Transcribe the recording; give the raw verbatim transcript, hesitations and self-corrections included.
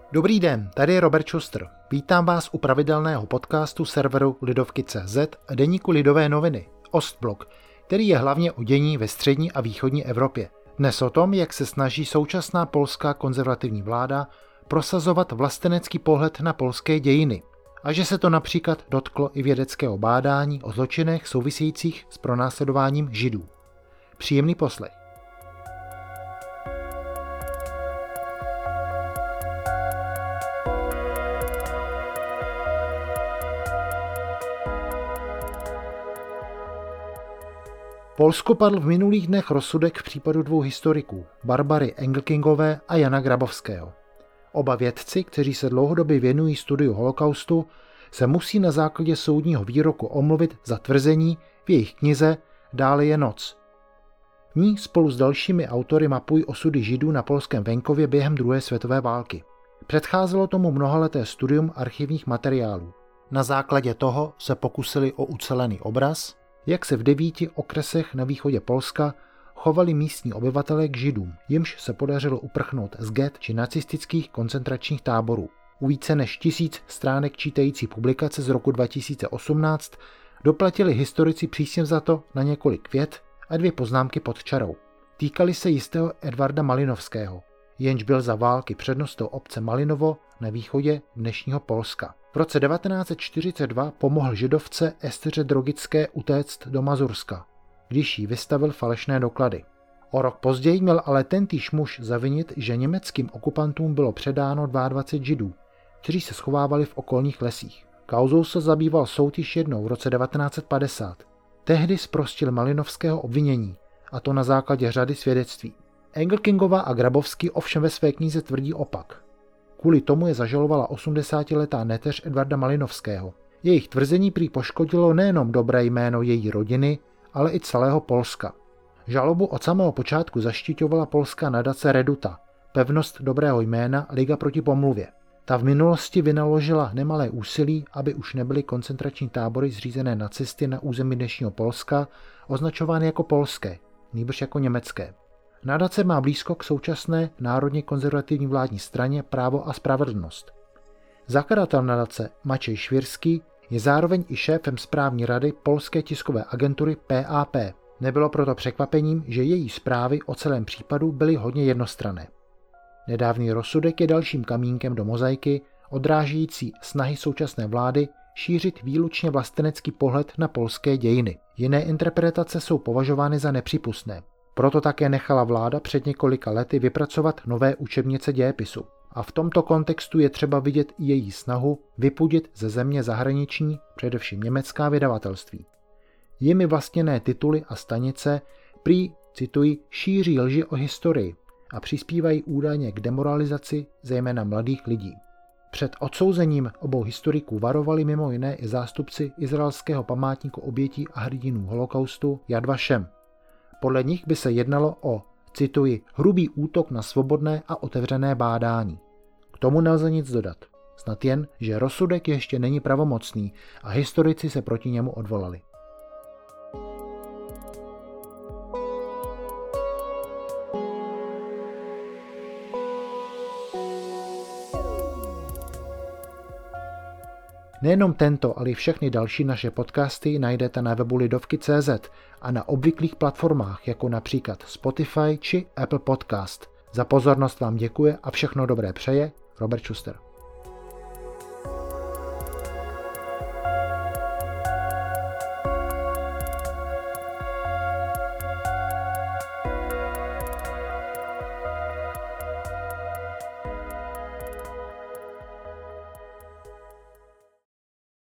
Dobrý den, tady je Robert Schuster. Vítám vás u pravidelného podcastu serveru Lidovky tečka cé zet a deníku Lidové noviny, Ostblok, který je hlavně o dění ve střední a východní Evropě. Dnes o tom, jak se snaží současná polská konzervativní vláda prosazovat vlastenecký pohled na polské dějiny a že se to například dotklo i vědeckého bádání o zločinech souvisejících s pronásledováním Židů. Příjemný poslech. Polsku padl v minulých dnech rozsudek v případu dvou historiků, Barbary Engelkingové a Jana Grabovského. Oba vědci, kteří se dlouhodobě věnují studiu holokaustu, se musí na základě soudního výroku omluvit za tvrzení v jejich knize Dále je noc. V ní spolu s dalšími autory mapují osudy Židů na polském venkově během druhé světové války. Předcházelo tomu mnohaleté studium archivních materiálů. Na základě toho se pokusili o ucelený obraz, jak se v devíti okresech na východě Polska chovali místní obyvatelé k Židům, jimž se podařilo uprchnout z get či nacistických koncentračních táborů. U více než tisíc stránek čítající publikace z roku dva tisíce osmnáct doplatili historici přísně vzato na několik vět a dvě poznámky pod čarou. Týkali se jistého Edvarda Malinovského, jenž byl za války přednostou obce Malinovo na východě dnešního Polska. V roce devatenáct set čtyřicet dva pomohl židovce Esteře Drogické utéct do Mazurska, když jí vystavil falešné doklady. O rok později měl ale tentýž muž zavinit, že německým okupantům bylo předáno dvacet dva Židů, kteří se schovávali v okolních lesích. Kauzou se zabýval soud již jednou v roce devatenáct set padesát. Tehdy zprostil Malinovského obvinění, a to na základě řady svědectví. Engelkingová a Grabovský ovšem ve své knize tvrdí opak. Kvůli tomu je zažalovala osmdesátiletá neteř Edvarda Malinovského. Jejich tvrzení prý poškodilo nejenom dobré jméno její rodiny, ale i celého Polska. Žalobu od samého počátku zaštiťovala polská nadace Reduta, pevnost dobrého jména Liga proti pomluvě. Ta v minulosti vynaložila nemalé úsilí, aby už nebyly koncentrační tábory zřízené nacisty na území dnešního Polska označovány jako polské, nýbrž jako německé. Nadace má blízko k současné národně konzervativní vládní straně Právo a spravedlnost. Zakladatel nadace Mačej Švirský je zároveň i šéfem správní rady polské tiskové agentury P A P. Nebylo proto překvapením, že její zprávy o celém případu byly hodně jednostranné. Nedávný rozsudek je dalším kamínkem do mozaiky, odrážející snahy současné vlády šířit výlučně vlastenecký pohled na polské dějiny. Jiné interpretace jsou považovány za nepřípustné. Proto také nechala vláda před několika lety vypracovat nové učebnice dějepisu. A v tomto kontextu je třeba vidět i její snahu vypudit ze země zahraniční, především německá vydavatelství. Jimi vlastněné tituly a stanice prý, cituji, šíří lži o historii a přispívají údajně k demoralizaci zejména mladých lidí. Před odsouzením obou historiků varovali mimo jiné i zástupci izraelského památníku obětí a hrdinů holokaustu Yad Vashem. Podle nich by se jednalo o, cituji, hrubý útok na svobodné a otevřené bádání. K tomu nelze nic dodat. Snad jen, že rozsudek ještě není pravomocný a historici se proti němu odvolali. Nejenom tento, ale i všechny další naše podcasty najdete na webu Lidovky tečka cé zet a na obvyklých platformách, jako například Spotify či Apple Podcast. Za pozornost vám děkuje a všechno dobré přeje Robert Schuster.